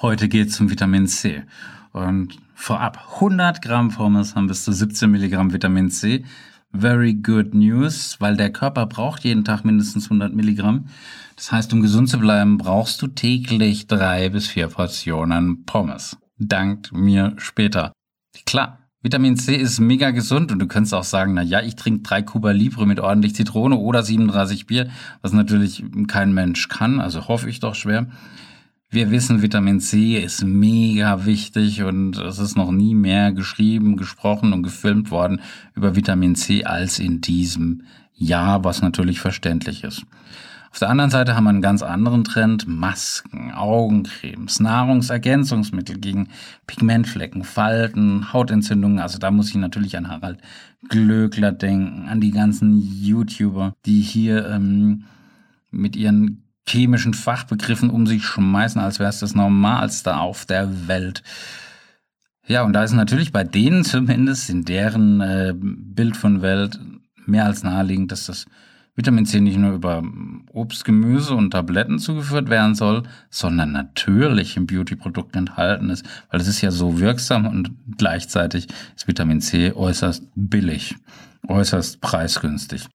Heute geht's um Vitamin C. Und vorab, 100 Gramm Pommes haben bis zu 17 Milligramm Vitamin C. Very good news, weil der Körper braucht jeden Tag mindestens 100 Milligramm. Das heißt, um gesund zu bleiben, brauchst du täglich 3 bis 4 Portionen Pommes. Dankt mir später. Klar, Vitamin C ist mega gesund und du könntest auch sagen, ich trinke 3 Cuba Libre mit ordentlich Zitrone oder 37 Bier, was natürlich kein Mensch kann, also hoffe ich doch schwer. Wir wissen, Vitamin C ist mega wichtig und es ist noch nie mehr geschrieben, gesprochen und gefilmt worden über Vitamin C als in diesem Jahr, was natürlich verständlich ist. Auf der anderen Seite haben wir einen ganz anderen Trend: Masken, Augencremes, Nahrungsergänzungsmittel gegen Pigmentflecken, Falten, Hautentzündungen. Also da muss ich natürlich an Harald Glöckler denken, an die ganzen YouTuber, die hier mit ihren chemischen Fachbegriffen um sich schmeißen, als wäre es das Normalste auf der Welt. Ja, und da ist natürlich bei denen zumindest in deren Bild von Welt mehr als naheliegend, dass das Vitamin C nicht nur über Obst, Gemüse und Tabletten zugeführt werden soll, sondern natürlich im Beauty-Produkt enthalten ist, weil es ist ja so wirksam und gleichzeitig ist Vitamin C äußerst billig, äußerst preisgünstig.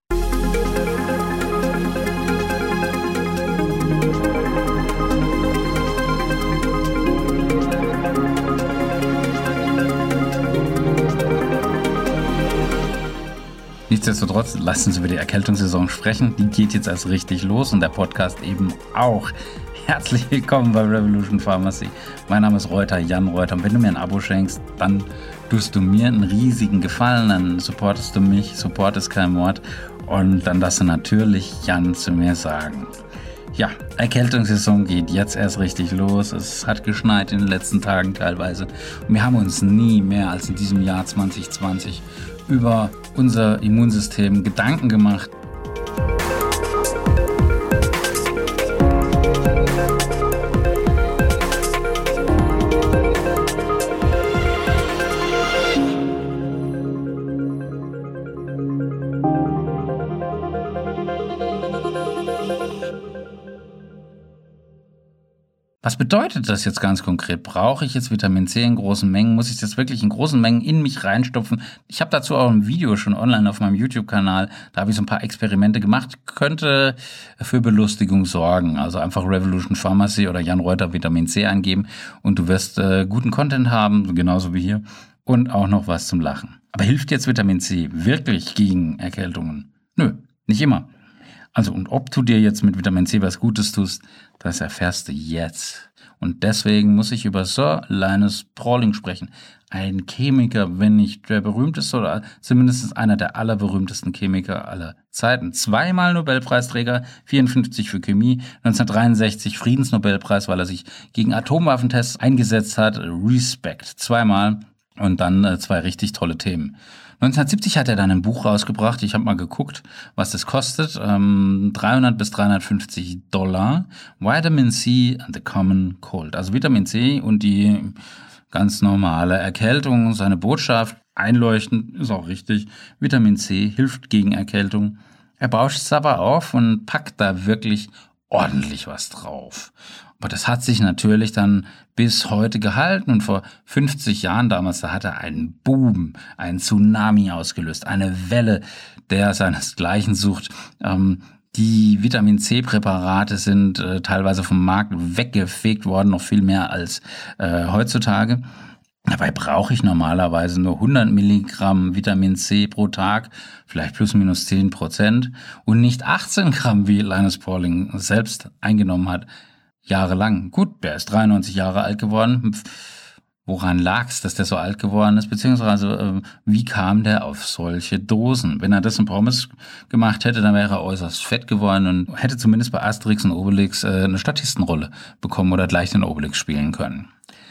Nichtsdestotrotz, lasst uns über die Erkältungssaison sprechen. Die geht jetzt erst richtig los und der Podcast eben auch. Herzlich willkommen bei Revolution Pharmacy. Mein Name ist Jan Reuter. Und wenn du mir ein Abo schenkst, dann tust du mir einen riesigen Gefallen, dann supportest du mich. Support ist kein Mord. Und dann darfst du natürlich Jan zu mir sagen. Ja, Erkältungssaison geht jetzt erst richtig los. Es hat geschneit in den letzten Tagen teilweise. Und wir haben uns nie mehr als in diesem Jahr 2020 über unser Immunsystem Gedanken gemacht. Was bedeutet das jetzt ganz konkret? Brauche ich jetzt Vitamin C in großen Mengen? Muss ich das wirklich in großen Mengen in mich reinstopfen? Ich habe dazu auch ein Video schon online auf meinem YouTube-Kanal. Da habe ich so ein paar Experimente gemacht. Könnte für Belustigung sorgen. Also einfach Revolution Pharmacy oder Jan Reuter Vitamin C eingeben und du wirst guten Content haben, genauso wie hier. Und auch noch was zum Lachen. Aber hilft jetzt Vitamin C wirklich gegen Erkältungen? Nö, nicht immer. Also, und ob du dir jetzt mit Vitamin C was Gutes tust, das erfährst du jetzt. Und deswegen muss ich über Sir Linus Pauling sprechen. Ein Chemiker, wenn nicht der berühmteste oder zumindest einer der allerberühmtesten Chemiker aller Zeiten. 2-mal Nobelpreisträger, 54 für Chemie, 1963 Friedensnobelpreis, weil er sich gegen Atomwaffentests eingesetzt hat. Respekt, 2-mal. Und dann 2 richtig tolle Themen. 1970 hat er dann ein Buch rausgebracht. Ich habe mal geguckt, was das kostet. 300 bis $350. Vitamin C and the Common Cold. Also Vitamin C und die ganz normale Erkältung. Seine Botschaft, einleuchtend, ist auch richtig. Vitamin C hilft gegen Erkältung. Er bauscht es aber auf und packt da wirklich ordentlich was drauf. Aber das hat sich natürlich dann bis heute gehalten und vor 50 Jahren damals, da hat er einen Boom, einen Tsunami ausgelöst, eine Welle, der seinesgleichen sucht. Die Vitamin-C-Präparate sind teilweise vom Markt weggefegt worden, noch viel mehr als heutzutage. Dabei brauche ich normalerweise nur 100 Milligramm Vitamin C pro Tag, vielleicht plus minus 10% und nicht 18 Gramm, wie Linus Pauling selbst eingenommen hat, jahrelang. Gut, der ist 93 Jahre alt geworden. Woran lag es, dass der so alt geworden ist? Beziehungsweise, wie kam der auf solche Dosen? Wenn er das in Pommes gemacht hätte, dann wäre er äußerst fett geworden und hätte zumindest bei Asterix und Obelix eine Statistenrolle bekommen oder gleich den Obelix spielen können.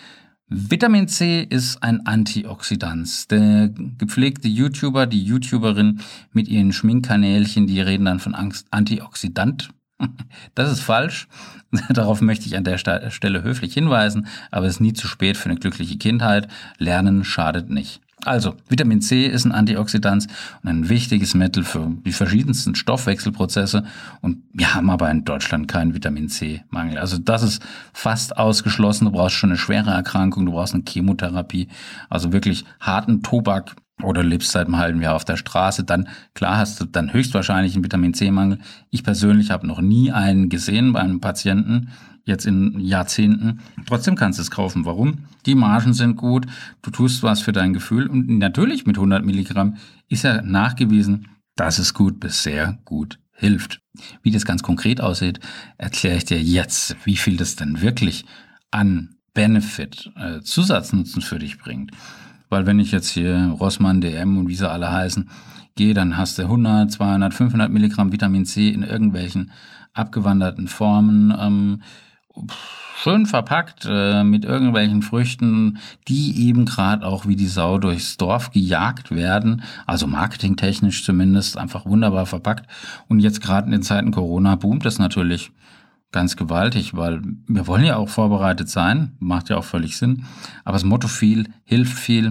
Vitamin C ist ein Antioxidant. Der gepflegte YouTuber, die YouTuberin mit ihren Schminkkanälchen, die reden dann von Antioxidant. Das ist falsch. Darauf möchte ich an der Stelle höflich hinweisen, aber es ist nie zu spät für eine glückliche Kindheit. Lernen schadet nicht. Also, Vitamin C ist ein Antioxidant und ein wichtiges Mittel für die verschiedensten Stoffwechselprozesse. Und wir haben aber in Deutschland keinen Vitamin C-Mangel. Also das ist fast ausgeschlossen. Du brauchst schon eine schwere Erkrankung, du brauchst eine Chemotherapie, also wirklich harten Tobak oder lebst seit einem halben Jahr auf der Straße. Dann, klar, hast du dann höchstwahrscheinlich einen Vitamin C-Mangel. Ich persönlich habe noch nie einen gesehen bei einem Patienten, jetzt in Jahrzehnten. Trotzdem kannst du es kaufen. Warum? Die Margen sind gut, du tust was für dein Gefühl und natürlich mit 100 Milligramm ist ja nachgewiesen, dass es gut bis sehr gut hilft. Wie das ganz konkret aussieht, erkläre ich dir jetzt, wie viel das denn wirklich an Benefit, Zusatznutzen für dich bringt. Weil wenn ich jetzt hier Rossmann, DM und wie sie alle heißen, gehe, dann hast du 100, 200, 500 Milligramm Vitamin C in irgendwelchen abgewanderten Formen, schön verpackt mit irgendwelchen Früchten, die eben gerade auch wie die Sau durchs Dorf gejagt werden, also marketingtechnisch zumindest einfach wunderbar verpackt. Und jetzt gerade in den Zeiten Corona boomt das natürlich ganz gewaltig, weil wir wollen ja auch vorbereitet sein, macht ja auch völlig Sinn. Aber das Motto viel hilft viel,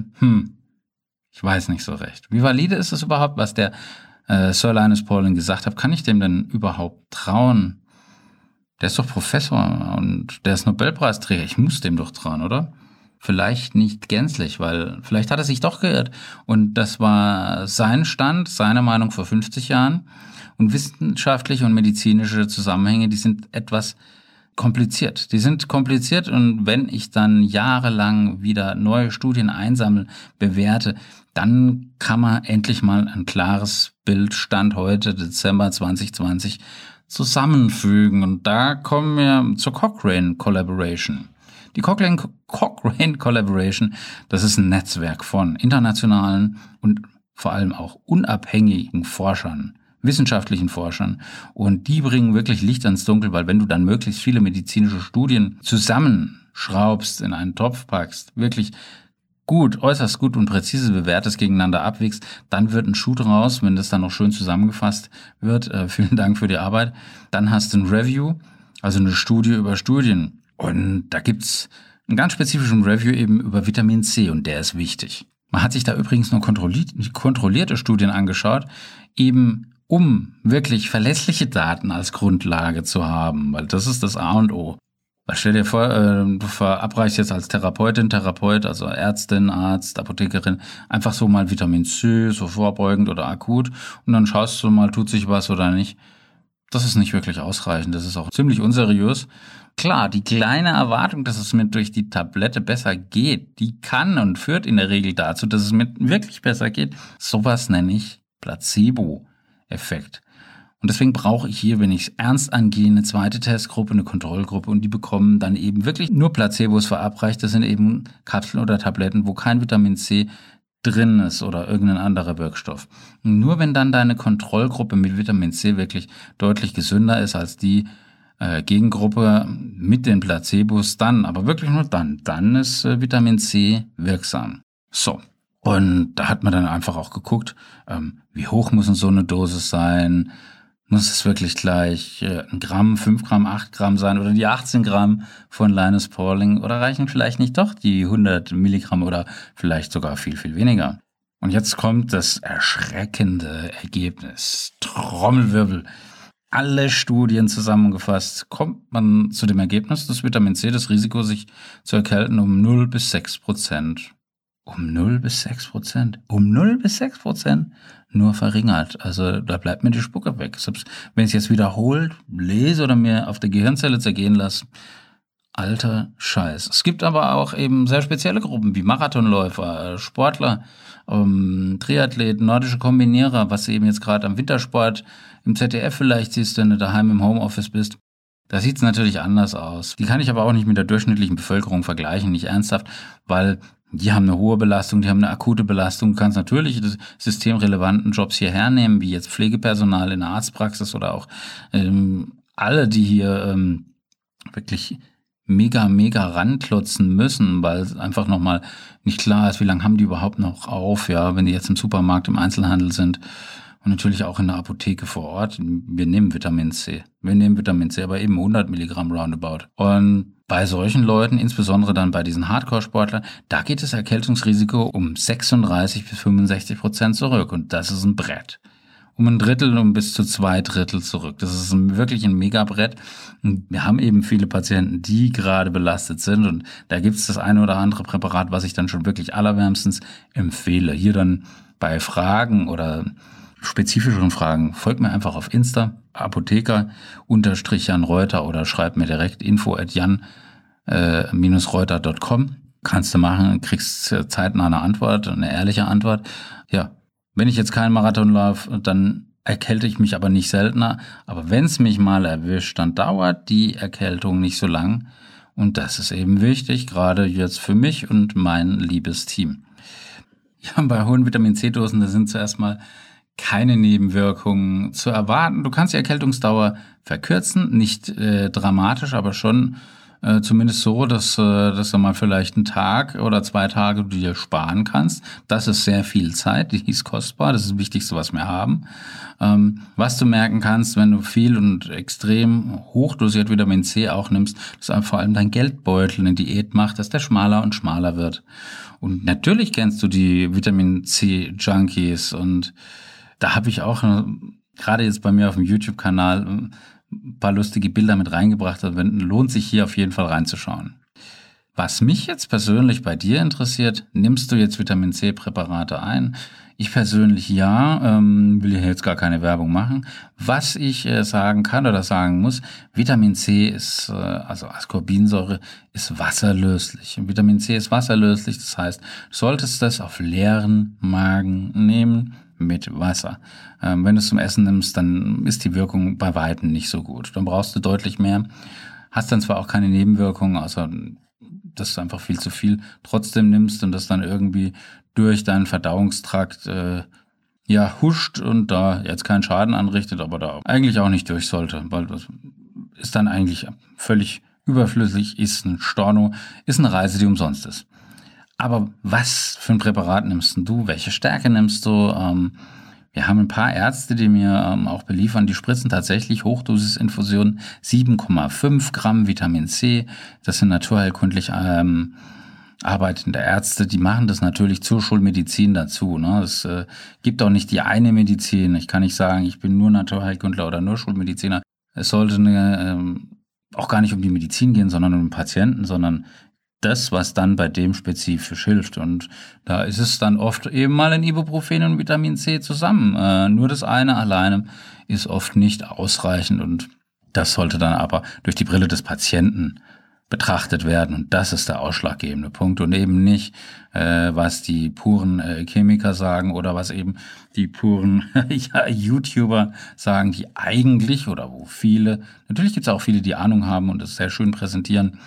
ich weiß nicht so recht. Wie valide ist es überhaupt, was der Sir Linus Pauling gesagt hat? Kann ich dem denn überhaupt trauen? Der ist doch Professor und der ist Nobelpreisträger. Ich muss dem doch trauen, oder? Vielleicht nicht gänzlich, weil vielleicht hat er sich doch geirrt. Und das war sein Stand, seine Meinung vor 50 Jahren. Und wissenschaftliche und medizinische Zusammenhänge, die sind etwas kompliziert. Die sind kompliziert und wenn ich dann jahrelang wieder neue Studien einsammle, bewerte, dann kann man endlich mal ein klares Bild Stand heute, Dezember 2020, zusammenfügen. Und da kommen wir zur Cochrane Collaboration. Die Cochrane Collaboration, das ist ein Netzwerk von internationalen und vor allem auch unabhängigen Forschern, wissenschaftlichen Forschern. Und die bringen wirklich Licht ans Dunkel, weil wenn du dann möglichst viele medizinische Studien zusammenschraubst, in einen Topf packst, wirklich gut, äußerst gut und präzise bewertest, gegeneinander abwägst, dann wird ein Schuh draus, wenn das dann noch schön zusammengefasst wird. Vielen Dank für die Arbeit. Dann hast du ein Review, also eine Studie über Studien. Und da gibt's einen ganz spezifischen Review eben über Vitamin C und der ist wichtig. Man hat sich da übrigens nur kontrollierte Studien angeschaut, eben um wirklich verlässliche Daten als Grundlage zu haben, weil das ist das A und O. Stell dir vor, du verabreichst jetzt als Therapeut, also Ärztin, Arzt, Apothekerin, einfach so mal Vitamin C, so vorbeugend oder akut und dann schaust du mal, tut sich was oder nicht. Das ist nicht wirklich ausreichend, das ist auch ziemlich unseriös. Klar, die kleine Erwartung, dass es mir durch die Tablette besser geht, die kann und führt in der Regel dazu, dass es mir wirklich besser geht. Sowas nenne ich Placebo-Effekt. Und deswegen brauche ich hier, wenn ich es ernst angehe, eine zweite Testgruppe, eine Kontrollgruppe und die bekommen dann eben wirklich nur Placebos verabreicht. Das sind eben Kapseln oder Tabletten, wo kein Vitamin C drin ist oder irgendein anderer Wirkstoff. Und nur wenn dann deine Kontrollgruppe mit Vitamin C wirklich deutlich gesünder ist als die Gegengruppe mit den Placebos, dann, aber wirklich nur dann ist Vitamin C wirksam. So. Und da hat man dann einfach auch geguckt, wie hoch muss so eine Dosis sein? Muss es wirklich gleich 1 Gramm, 5 Gramm, 8 Gramm sein oder die 18 Gramm von Linus Pauling? Oder reichen vielleicht nicht doch die 100 Milligramm oder vielleicht sogar viel, viel weniger? Und jetzt kommt das erschreckende Ergebnis. Trommelwirbel. Alle Studien zusammengefasst, kommt man zu dem Ergebnis, dass Vitamin C das Risiko, sich zu erkälten, um 0 bis 6%. Um 0 bis 6%. Um 0 bis 6% nur verringert. Also da bleibt mir die Spucke weg. Selbst wenn ich es jetzt wiederholt lese oder mir auf der Gehirnzelle zergehen lasse, alter Scheiß. Es gibt aber auch eben sehr spezielle Gruppen wie Marathonläufer, Sportler, Triathleten, nordische Kombinierer, was du eben jetzt gerade am Wintersport im ZDF vielleicht siehst, wenn du daheim im Homeoffice bist. Da sieht es natürlich anders aus. Die kann ich aber auch nicht mit der durchschnittlichen Bevölkerung vergleichen, nicht ernsthaft, weil die haben eine hohe Belastung, die haben eine akute Belastung. Du kannst natürlich die systemrelevanten Jobs hierher nehmen, wie jetzt Pflegepersonal in der Arztpraxis oder auch alle, die hier wirklich mega ranklotzen müssen, weil es einfach nochmal nicht klar ist, wie lange haben die überhaupt noch auf, ja, wenn die jetzt im Supermarkt, im Einzelhandel sind und natürlich auch in der Apotheke vor Ort. Wir nehmen Vitamin C. Wir nehmen Vitamin C, aber eben 100 Milligramm roundabout. Und bei solchen Leuten, insbesondere dann bei diesen Hardcore-Sportlern, da geht das Erkältungsrisiko um 36-65% zurück. Und das ist ein Brett. Um ein Drittel und bis zu 2 Drittel zurück. Das ist wirklich ein Megabrett. Und wir haben eben viele Patienten, die gerade belastet sind. Und da gibt es das eine oder andere Präparat, was ich dann schon wirklich allerwärmstens empfehle. Hier dann bei Fragen oder spezifischeren Fragen, folgt mir einfach auf Insta, Apotheker-Jan Reuter oder schreibt mir direkt info@jan-reuter.com. Kannst du machen, kriegst zeitnah eine Antwort, eine ehrliche Antwort. Ja, wenn ich jetzt keinen Marathon laufe, dann erkälte ich mich aber nicht seltener. Aber wenn es mich mal erwischt, dann dauert die Erkältung nicht so lang. Und das ist eben wichtig, gerade jetzt für mich und mein liebes Team. Ja, bei hohen Vitamin-C-Dosen, da sind zuerst mal keine Nebenwirkungen zu erwarten. Du kannst die Erkältungsdauer verkürzen, nicht dramatisch, aber schon zumindest so, dass du mal vielleicht einen Tag oder 2 Tage du dir sparen kannst. Das ist sehr viel Zeit, die ist kostbar, das ist das Wichtigste, was wir haben. Was du merken kannst, wenn du viel und extrem hochdosiert Vitamin C auch nimmst, dass vor allem dein Geldbeutel eine Diät macht, dass der schmaler und schmaler wird. Und natürlich kennst du die Vitamin C-Junkies und da habe ich auch gerade jetzt bei mir auf dem YouTube-Kanal ein paar lustige Bilder mit reingebracht. Also lohnt sich hier auf jeden Fall reinzuschauen. Was mich jetzt persönlich bei dir interessiert, nimmst du jetzt Vitamin C-Präparate ein? Ich persönlich ja, will hier jetzt gar keine Werbung machen. Was ich sagen kann oder sagen muss, Vitamin C ist, also Ascorbinsäure, ist wasserlöslich. Und Vitamin C ist wasserlöslich, das heißt, du solltest das auf leeren Magen nehmen mit Wasser. Wenn du es zum Essen nimmst, dann ist die Wirkung bei Weitem nicht so gut. Dann brauchst du deutlich mehr. Hast dann zwar auch keine Nebenwirkungen, außer dass du einfach viel zu viel trotzdem nimmst und das dann irgendwie durch deinen Verdauungstrakt huscht und da jetzt keinen Schaden anrichtet, aber da eigentlich auch nicht durch sollte, weil das ist dann eigentlich völlig überflüssig, ist ein Storno, ist eine Reise, die umsonst ist. Aber was für ein Präparat nimmst du? Welche Stärke nimmst du? Wir haben ein paar Ärzte, die mir auch beliefern, die spritzen tatsächlich Hochdosisinfusionen, 7,5 Gramm Vitamin C. Das sind naturheilkundlich arbeitende Ärzte, die machen das natürlich zur Schulmedizin dazu. Ne? Es gibt auch nicht die eine Medizin. Ich kann nicht sagen, ich bin nur Naturheilkundler oder nur Schulmediziner. Es sollte auch gar nicht um die Medizin gehen, sondern um den Patienten, sondern das, was dann bei dem spezifisch hilft. Und da ist es dann oft eben mal ein Ibuprofen und Vitamin C zusammen. Nur das eine alleine ist oft nicht ausreichend und das sollte dann aber durch die Brille des Patienten betrachtet werden. Und das ist der ausschlaggebende Punkt und eben nicht, was die puren Chemiker sagen oder was eben die puren YouTuber sagen, die eigentlich oder wo viele, natürlich gibt es auch viele, die Ahnung haben und es sehr schön präsentieren,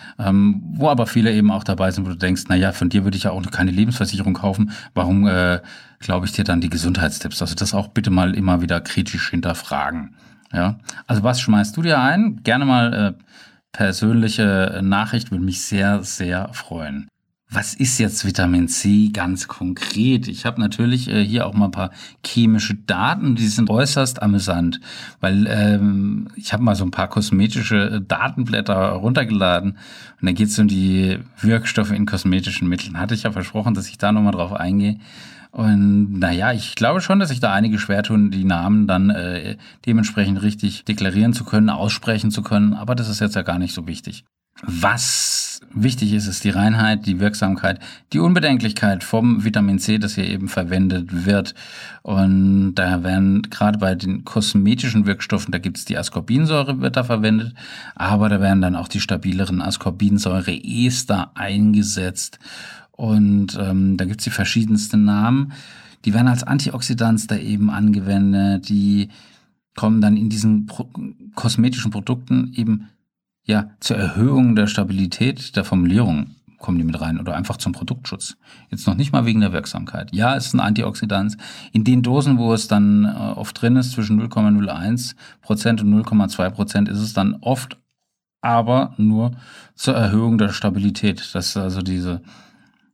wo aber viele eben auch dabei sind, wo du denkst, naja, von dir würde ich ja auch keine Lebensversicherung kaufen, warum glaube ich dir dann die Gesundheitstipps? Also das auch bitte mal immer wieder kritisch hinterfragen. Ja, also was schmeißt du dir ein? Gerne mal persönliche Nachricht, würde mich sehr, sehr freuen. Was ist jetzt Vitamin C ganz konkret? Ich habe natürlich hier auch mal ein paar chemische Daten, die sind äußerst amüsant, weil ich habe mal so ein paar kosmetische Datenblätter runtergeladen und da geht es um die Wirkstoffe in kosmetischen Mitteln. Hatte ich ja versprochen, dass ich da nochmal drauf eingehe. Und naja, ich glaube schon, dass sich da einige schwer tun, die Namen dann dementsprechend richtig deklarieren zu können, aussprechen zu können, aber das ist jetzt ja gar nicht so wichtig. Was wichtig ist, ist die Reinheit, die Wirksamkeit, die Unbedenklichkeit vom Vitamin C, das hier eben verwendet wird. Und da werden gerade bei den kosmetischen Wirkstoffen, da gibt es die Ascorbinsäure, wird da verwendet, aber da werden dann auch die stabileren Ascorbinsäure-Ester eingesetzt. Und da gibt es die verschiedensten Namen. Die werden als Antioxidants da eben angewendet, die kommen dann in diesen kosmetischen Produkten eben zur Erhöhung der Stabilität der Formulierung kommen die mit rein oder einfach zum Produktschutz. Jetzt noch nicht mal wegen der Wirksamkeit. Ja, es ist ein Antioxidant. In den Dosen, wo es dann oft drin ist, zwischen 0,01% und 0,2%, ist es dann oft aber nur zur Erhöhung der Stabilität. Das ist also diese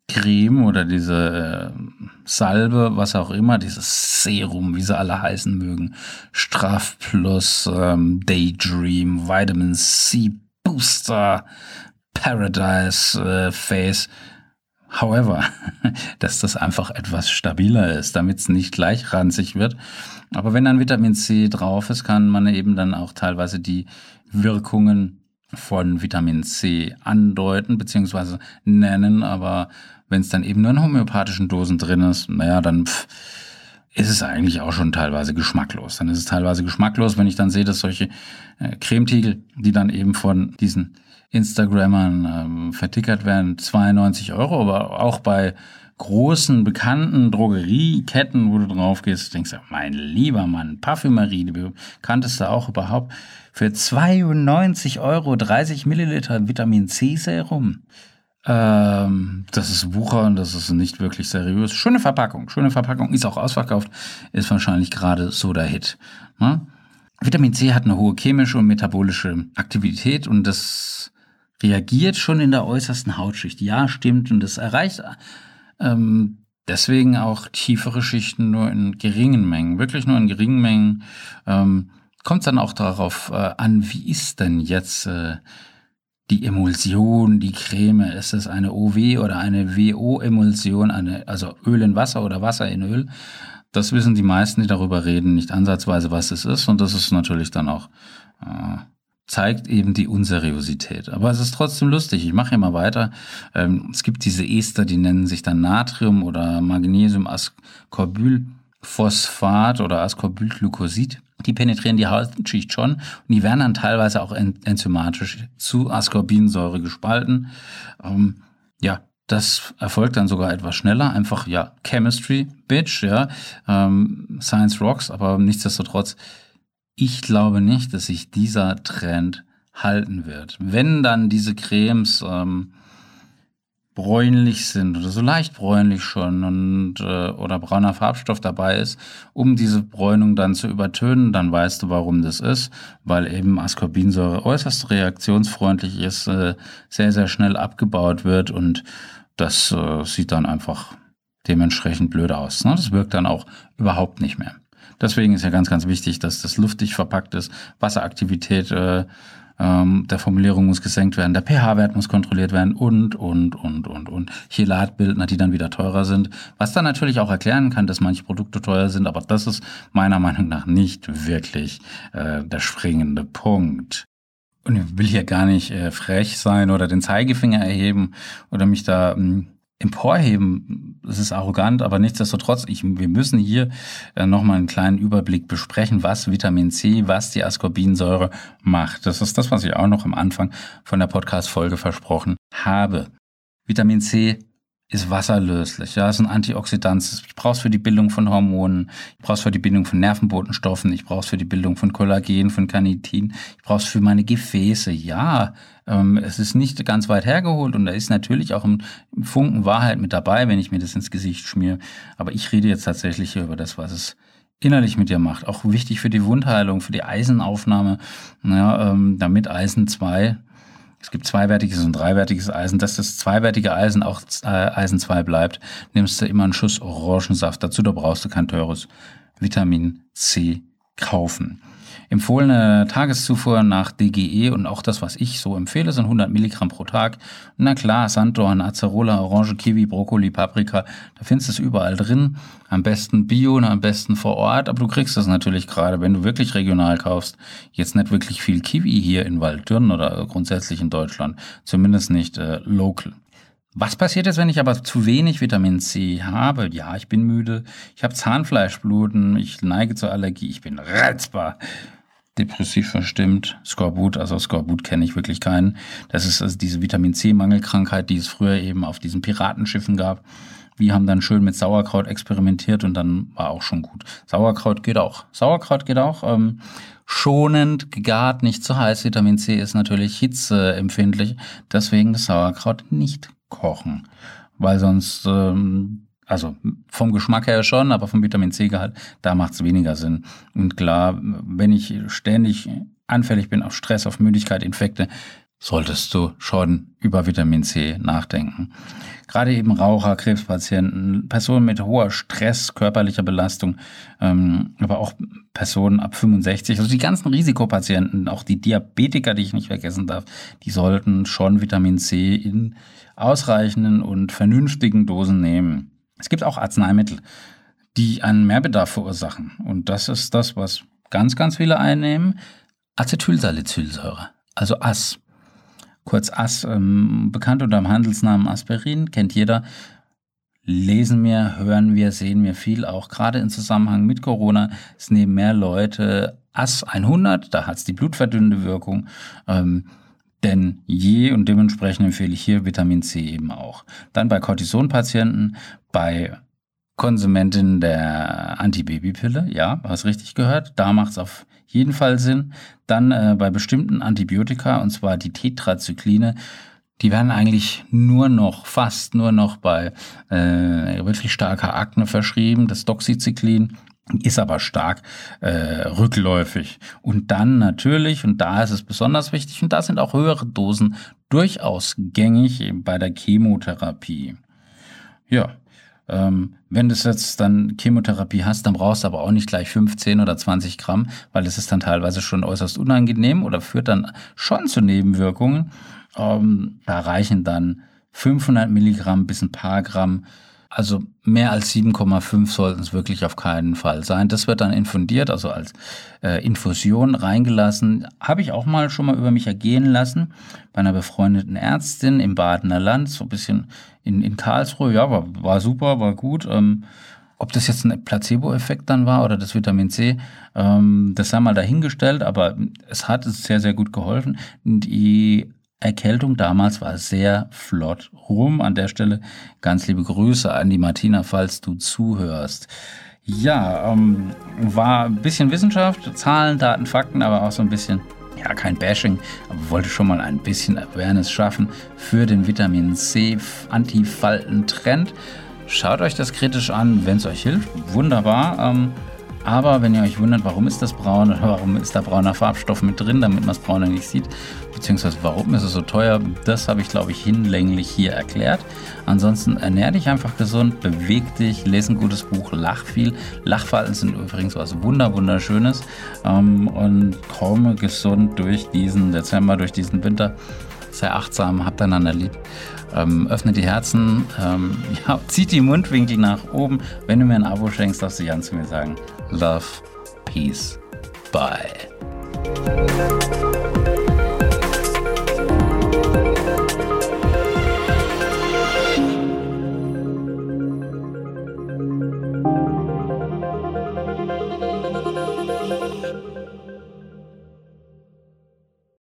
Creme oder diese Salbe, was auch immer, dieses Serum, wie sie alle heißen mögen, Straff Plus, Daydream, Vitamin C Booster, Paradise Face. However, dass das einfach etwas stabiler ist, damit es nicht gleich ranzig wird. Aber wenn dann Vitamin C drauf ist, kann man eben dann auch teilweise die Wirkungen von Vitamin C andeuten bzw. nennen. Aber wenn es dann eben nur in homöopathischen Dosen drin ist, naja, dann ist es eigentlich auch schon teilweise geschmacklos. Dann ist es teilweise geschmacklos, wenn ich dann sehe, dass solche Cremetiegel, die dann eben von diesen Instagrammern vertickert werden, 92 €, aber auch bei großen, bekannten Drogerieketten, wo du drauf gehst, denkst du, mein lieber Mann, Parfümerie, die bekannteste auch überhaupt, für 92 €, 30 Milliliter Vitamin C Serum. Das ist Wucher, das ist nicht wirklich seriös. Schöne Verpackung, ist auch ausverkauft, ist wahrscheinlich gerade so der Hit. Ne? Vitamin C hat eine hohe chemische und metabolische Aktivität und das reagiert schon in der äußersten Hautschicht. Ja, stimmt, und das erreicht deswegen auch tiefere Schichten nur in geringen Mengen, wirklich nur in geringen Mengen. Kommt es dann auch darauf an, wie ist denn jetzt die Emulsion, die Creme? Ist es eine OW oder eine WO-Emulsion, also Öl in Wasser oder Wasser in Öl? Das wissen die meisten, die darüber reden, nicht ansatzweise, was es ist. Und das ist natürlich dann auch, zeigt eben die Unseriosität. Aber es ist trotzdem lustig. Ich mache hier mal weiter. Es gibt diese Ester, die nennen sich dann Natrium- oder Magnesium-Ascorbylphosphat oder Ascorbylglycosid. Die penetrieren die Hautschicht schon und die werden dann teilweise auch enzymatisch zu Ascorbinsäure gespalten. Ja, das erfolgt dann sogar etwas schneller. Einfach, ja, Chemistry, Bitch, ja. Science rocks, aber nichtsdestotrotz, ich glaube nicht, dass sich dieser Trend halten wird. Wenn dann diese Cremes bräunlich sind oder so leicht bräunlich schon und oder brauner Farbstoff dabei ist, um diese Bräunung dann zu übertönen, dann weißt du, warum das ist, weil eben Ascorbinsäure äußerst reaktionsfreundlich ist, sehr, sehr schnell abgebaut wird und das sieht dann einfach dementsprechend blöd aus. Ne? Das wirkt dann auch überhaupt nicht mehr. Deswegen ist ja ganz, ganz wichtig, dass das luftdicht verpackt ist. Wasseraktivität der Formulierung muss gesenkt werden. Der pH-Wert muss kontrolliert werden und. Chelatbildner, die dann wieder teurer sind. Was dann natürlich auch erklären kann, dass manche Produkte teuer sind. Aber das ist meiner Meinung nach nicht wirklich der springende Punkt. Und ich will hier gar nicht frech sein oder den Zeigefinger erheben oder mich da emporheben. Das ist arrogant, aber nichtsdestotrotz, wir müssen hier nochmal einen kleinen Überblick besprechen, was Vitamin C, was die Ascorbinsäure macht. Das ist das, was ich auch noch am Anfang von der Podcast-Folge versprochen habe. Vitamin C ist wasserlöslich, ja, ist ein Antioxidant. Ich brauche es für die Bildung von Hormonen, ich brauche es für die Bildung von Nervenbotenstoffen, ich brauche es für die Bildung von Kollagen, von Carnitin, ich brauche es für meine Gefäße. Ja, es ist nicht ganz weit hergeholt und da ist natürlich auch ein Funken Wahrheit mit dabei, wenn ich mir das ins Gesicht schmiere. Aber ich rede jetzt tatsächlich hier über das, was es innerlich mit dir macht. Auch wichtig für die Wundheilung, für die Eisenaufnahme, ja, damit Eisen 2, es gibt zweiwertiges und dreiwertiges Eisen. Dass das zweiwertige Eisen auch Eisen 2 bleibt, nimmst du immer einen Schuss Orangensaft dazu. Da brauchst du kein teures Vitamin C kaufen. Empfohlene Tageszufuhr nach DGE und auch das, was ich so empfehle, sind 100 Milligramm pro Tag. Na klar, Sanddorn, Acerola, Orange, Kiwi, Brokkoli, Paprika, da findest du es überall drin. Am besten Bio und am besten vor Ort, aber du kriegst es natürlich gerade, wenn du wirklich regional kaufst. Jetzt nicht wirklich viel Kiwi hier in Walddürn oder grundsätzlich in Deutschland, zumindest nicht local. Was passiert jetzt, wenn ich aber zu wenig Vitamin C habe? Ja, ich bin müde, ich habe Zahnfleischbluten, ich neige zur Allergie, ich bin reizbar, depressiv verstimmt, Skorbut, also Skorbut kenne ich wirklich keinen. Das ist also diese Vitamin C-Mangelkrankheit, die es früher eben auf diesen Piratenschiffen gab. Wir haben dann schön mit Sauerkraut experimentiert und dann war auch schon gut. Sauerkraut geht auch. Schonend, gegart, nicht zu heiß. Vitamin C ist natürlich hitzeempfindlich, deswegen das Sauerkraut nicht kochen, weil sonst, also vom Geschmack her schon, aber vom Vitamin C-Gehalt, da macht es weniger Sinn. Und klar, wenn ich ständig anfällig bin auf Stress, auf Müdigkeit, Infekte, solltest du schon über Vitamin C nachdenken. Gerade eben Raucher, Krebspatienten, Personen mit hoher Stress, körperlicher Belastung, aber auch Personen ab 65, also die ganzen Risikopatienten, auch die Diabetiker, die ich nicht vergessen darf, die sollten schon Vitamin C in ausreichenden und vernünftigen Dosen nehmen. Es gibt auch Arzneimittel, die einen Mehrbedarf verursachen. Und das ist das, was ganz, ganz viele einnehmen. Acetylsalicylsäure, also AS. Kurz AS, bekannt unter dem Handelsnamen Aspirin, kennt jeder. Lesen wir, hören wir, sehen wir viel, auch gerade im Zusammenhang mit Corona. Es nehmen mehr Leute AS 100, da hat es die blutverdünnende Wirkung. Denn und dementsprechend empfehle ich hier Vitamin C eben auch. Dann bei Cortison-Patienten, bei Konsumentin der Antibabypille, ja, hast richtig gehört, da macht es auf jeden Fall Sinn. Dann bei bestimmten Antibiotika, und zwar die Tetrazykline, die werden eigentlich fast nur noch bei wirklich starker Akne verschrieben. Das Doxycyclin ist aber stark rückläufig. Und dann natürlich, und da ist es besonders wichtig, und da sind auch höhere Dosen durchaus gängig bei der Chemotherapie. Ja, wenn du jetzt dann Chemotherapie hast, dann brauchst du aber auch nicht gleich 15 oder 20 Gramm, weil es ist dann teilweise schon äußerst unangenehm oder führt dann schon zu Nebenwirkungen. Da reichen dann 500 Milligramm bis ein paar Gramm. Also mehr als 7,5 sollten es wirklich auf keinen Fall sein. Das wird dann infundiert, also als Infusion reingelassen. Habe ich auch schon mal über mich ergehen lassen bei einer befreundeten Ärztin im Badener Land, so ein bisschen in Karlsruhe. Ja, war super, war gut. Ob das jetzt ein Placebo-Effekt dann war oder das Vitamin C, das sei mal dahingestellt, aber es hat sehr, sehr gut geholfen. Die Erkältung damals war sehr flott rum. An der Stelle ganz liebe Grüße an die Martina, falls du zuhörst. Ja, war ein bisschen Wissenschaft, Zahlen, Daten, Fakten, aber auch so ein bisschen, ja, kein Bashing, aber wollte schon mal ein bisschen Awareness schaffen für den Vitamin C Antifalten-Trend. Schaut euch das kritisch an, wenn es euch hilft. Wunderbar. Aber wenn ihr euch wundert, warum ist das braun oder warum ist da brauner Farbstoff mit drin, damit man das Braune nicht sieht, beziehungsweise warum ist es so teuer, das habe ich, glaube ich, hinlänglich hier erklärt. Ansonsten ernähr dich einfach gesund, beweg dich, lese ein gutes Buch, lach viel. Lachfalten sind übrigens was Wunderschönes und komme gesund durch diesen Dezember, durch diesen Winter. Sei achtsam, habt einander lieb. Öffne die Herzen, zieht die Mundwinkel nach oben. Wenn du mir ein Abo schenkst, darfst du Jan zu mir sagen. Love, Peace, Bye.